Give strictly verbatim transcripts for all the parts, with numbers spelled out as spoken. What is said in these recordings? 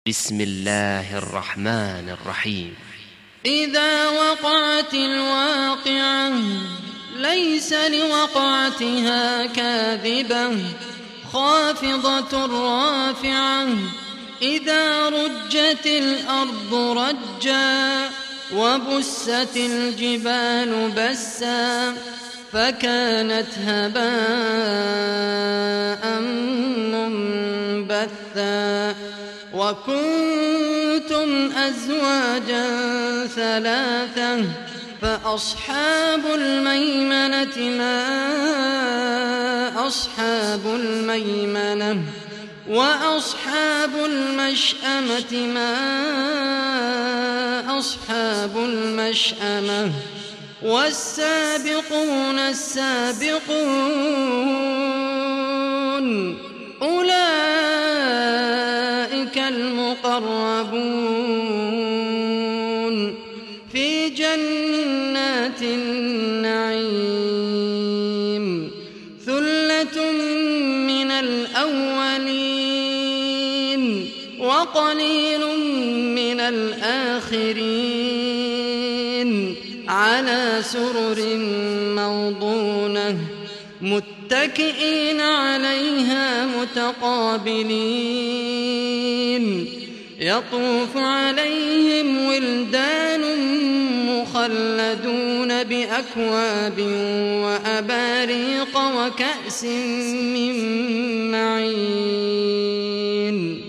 بسم الله الرحمن الرحيم. إذا وقعت الواقعة ليس لوقعتها كاذبة خافضة رافعة إذا رجت الأرض رجا وبست الجبال بسا فكانت هباء منبثا وكنتم أزواجا ثلاثة فأصحاب الميمنة ما أصحاب الميمنة وأصحاب المشأمة ما أصحاب المشأمة والسابقون السابقون أولئك المقربون في جنات النعيم ثلة من الأولين وقليل من الآخرين على سرر موضونة متكئين عليها متقابلين يطوف عليهم ولدان مخلدون بأكواب وأباريق وكأس من معين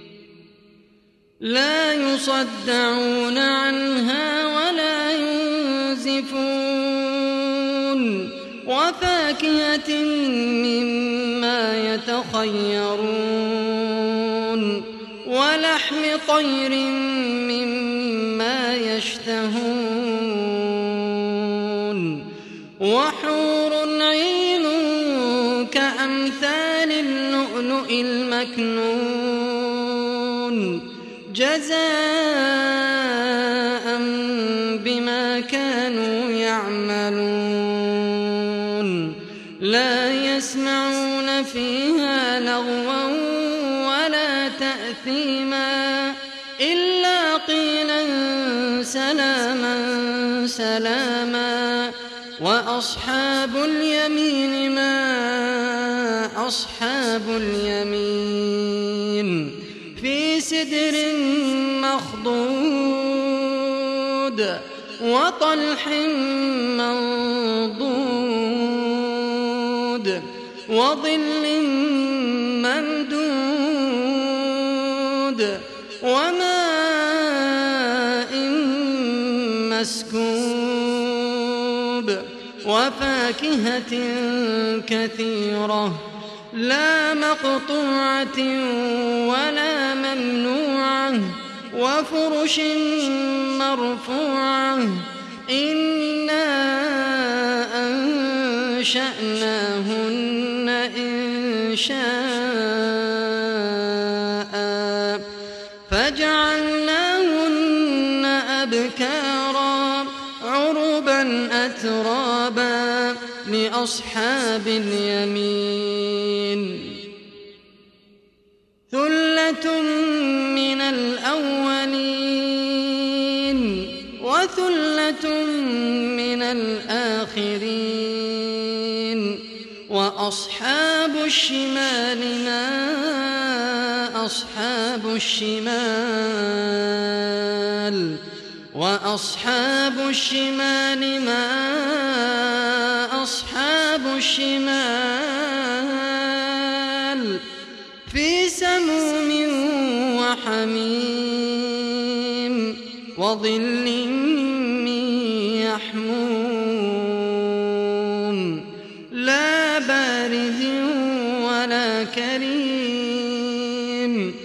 لا يصدعون عنها ولا ينزفون وفاكهة مما يتخيرون ولحم طير مما يشتهون وحور عين كأمثال اللؤلؤ المكنون جزاء بما كانوا يعملون لا يسمعون فيها لغوا ولا تأثيما إلا قيلا سلاما سلاما وأصحاب اليمين ما أصحاب اليمين في سدر مخضود وطلح منضود وظل ممدود وماء مسكوب وفاكهة كثيرة لا مقطوعة ولا ممنوعة وفرش مرفوعة إنا أنشأناهن إنشاء فجعلناهن أبكارا عربا أترابا لأصحاب اليمين ثلة من الأولين وثلة من الآخرين وأصحاب الشمال ما أصحاب الشمال وأصحاب الشمال ما أصحاب الشمال في سموم وحميم وظل من يحموم لا بارد ولا كريم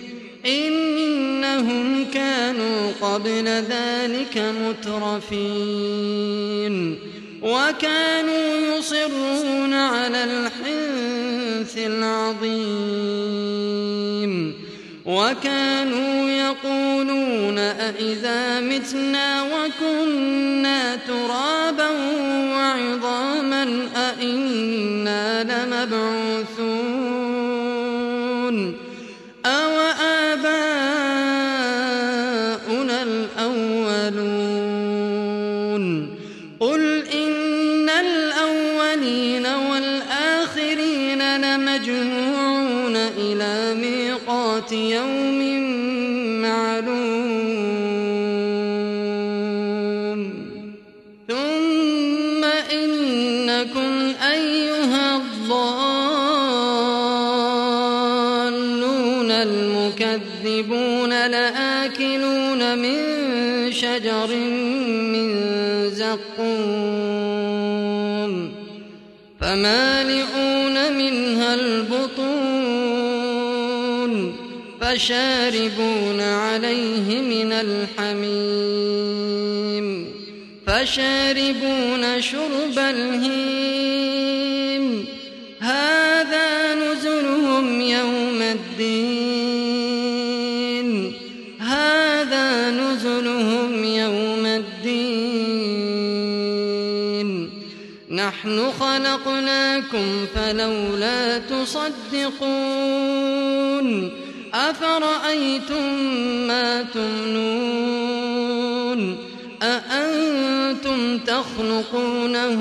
إنهم كانوا قبل ذلك مترفين وكانوا يصرون على الحنث العظيم وكانوا يقولون أإذا متنا وكنا ترابا وعظاما أإنا لمبعوثون أو آباؤنا تعملون قل إن الأولين والآخرين لمجموعون إلى ميقات يوم معلوم ثم إنكم أيها الضالون المكذبون لآكلون من شجر من زقوم فمالئون منها البطون فشاربون عليه من الحميم فشاربون شرب الهيم هذا نزلهم يوم الدين هذا نزلهم يوم الدين نحن خلقناكم فلولا تصدقون أفرأيتم ما تمنون أأنتم تخلقونه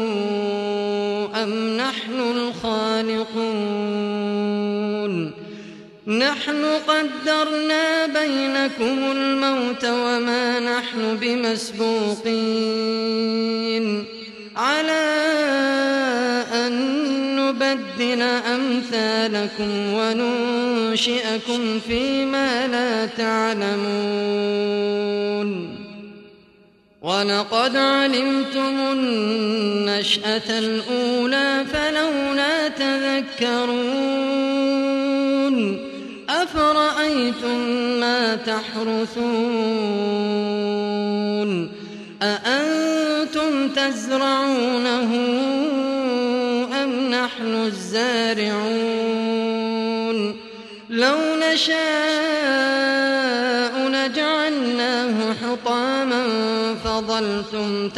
أم نحن الخالقون نحن قدرنا بينكم الموت وما نحن بمسبوقين على أن نبدل أمثالكم وننشئكم فيما لا تعلمون ولقد علمتم النشأة الأولى فلولا تذكرون أفرأيتم ما تحرثون أأنتم تزرعونه أم نحن الزارعون لو نشاء لجعلناه حطاما فظلتم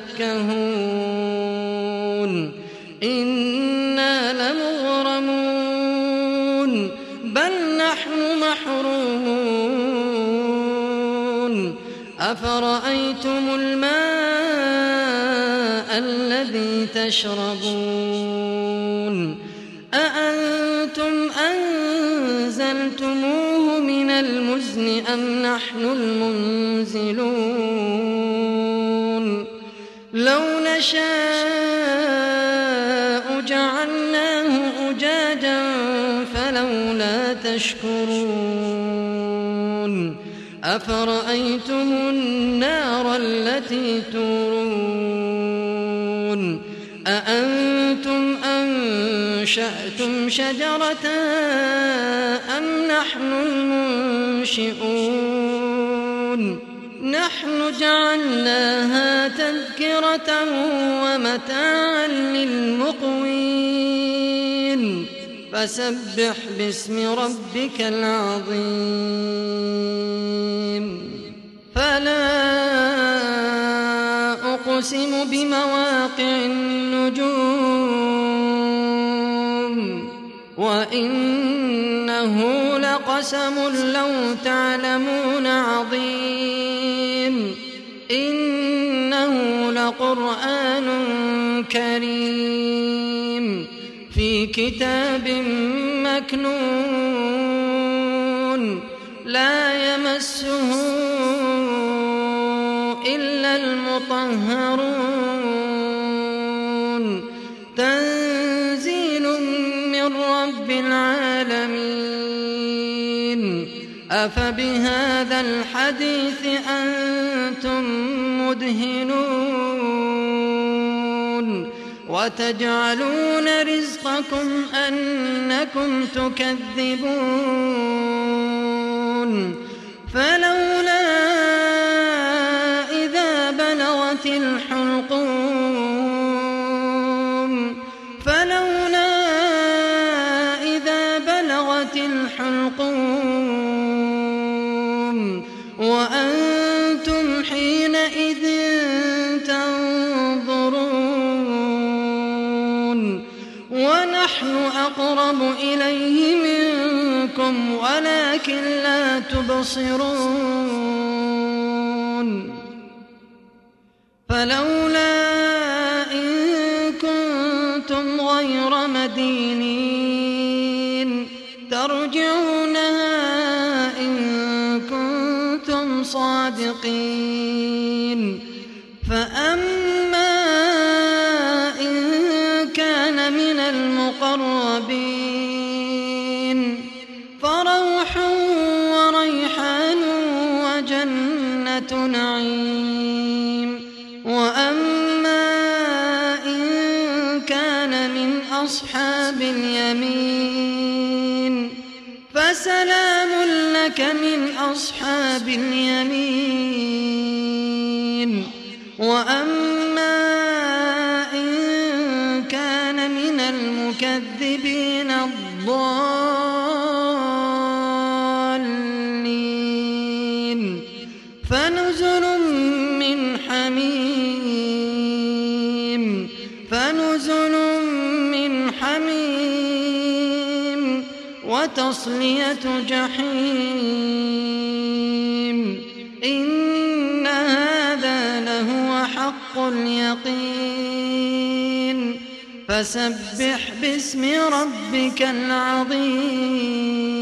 تفكهون إنا لمغرمون بل نحن محرومون أفرأيتم الماء الذي تشربون أأنتم أنزلتموه من المزن أم نحن المنزلون لو نشاء جعلناه أجاجا فلولا تشكرون أفرأيتم النار التي تورون أأنتم أنشأتم شجرتها أم نحن المنشئون نحن جعلناها تذكرة ومتاعا للمقوين فسبح باسم ربك العظيم فلا أقسم بمواقع النجوم وإنه لقسم لو تعلمون عظيم إنه لقرآن كريم في كتاب مكنون لا يمسه إلا المطهرون تنزيل من رب العالمين أفبهذا الحديث أنتم مدهنون وتجعلون رزقكم أنكم تكذبون فلولا إذا بلغت الحلقوم فلولا إذا بلغت الحلقوم وأنتم حينئذ تنظرون ونحن أقرب إليه منكم ولكن لا تبصرون فلولا إن كنتم غير مدينين ترجعونها إن كنتم صادقين فأما إن كان من المقربين فروح وريحان وجنة نعيم وأما إن كان من أصحاب اليمين فسلام لك من أصحاب اليمين وأما إن كان من المكذبين الضالين فنزل من حميم فنزل من حميم وتصلية جحيم إن هذا لهو حق اليقين فسبح باسم ربك العظيم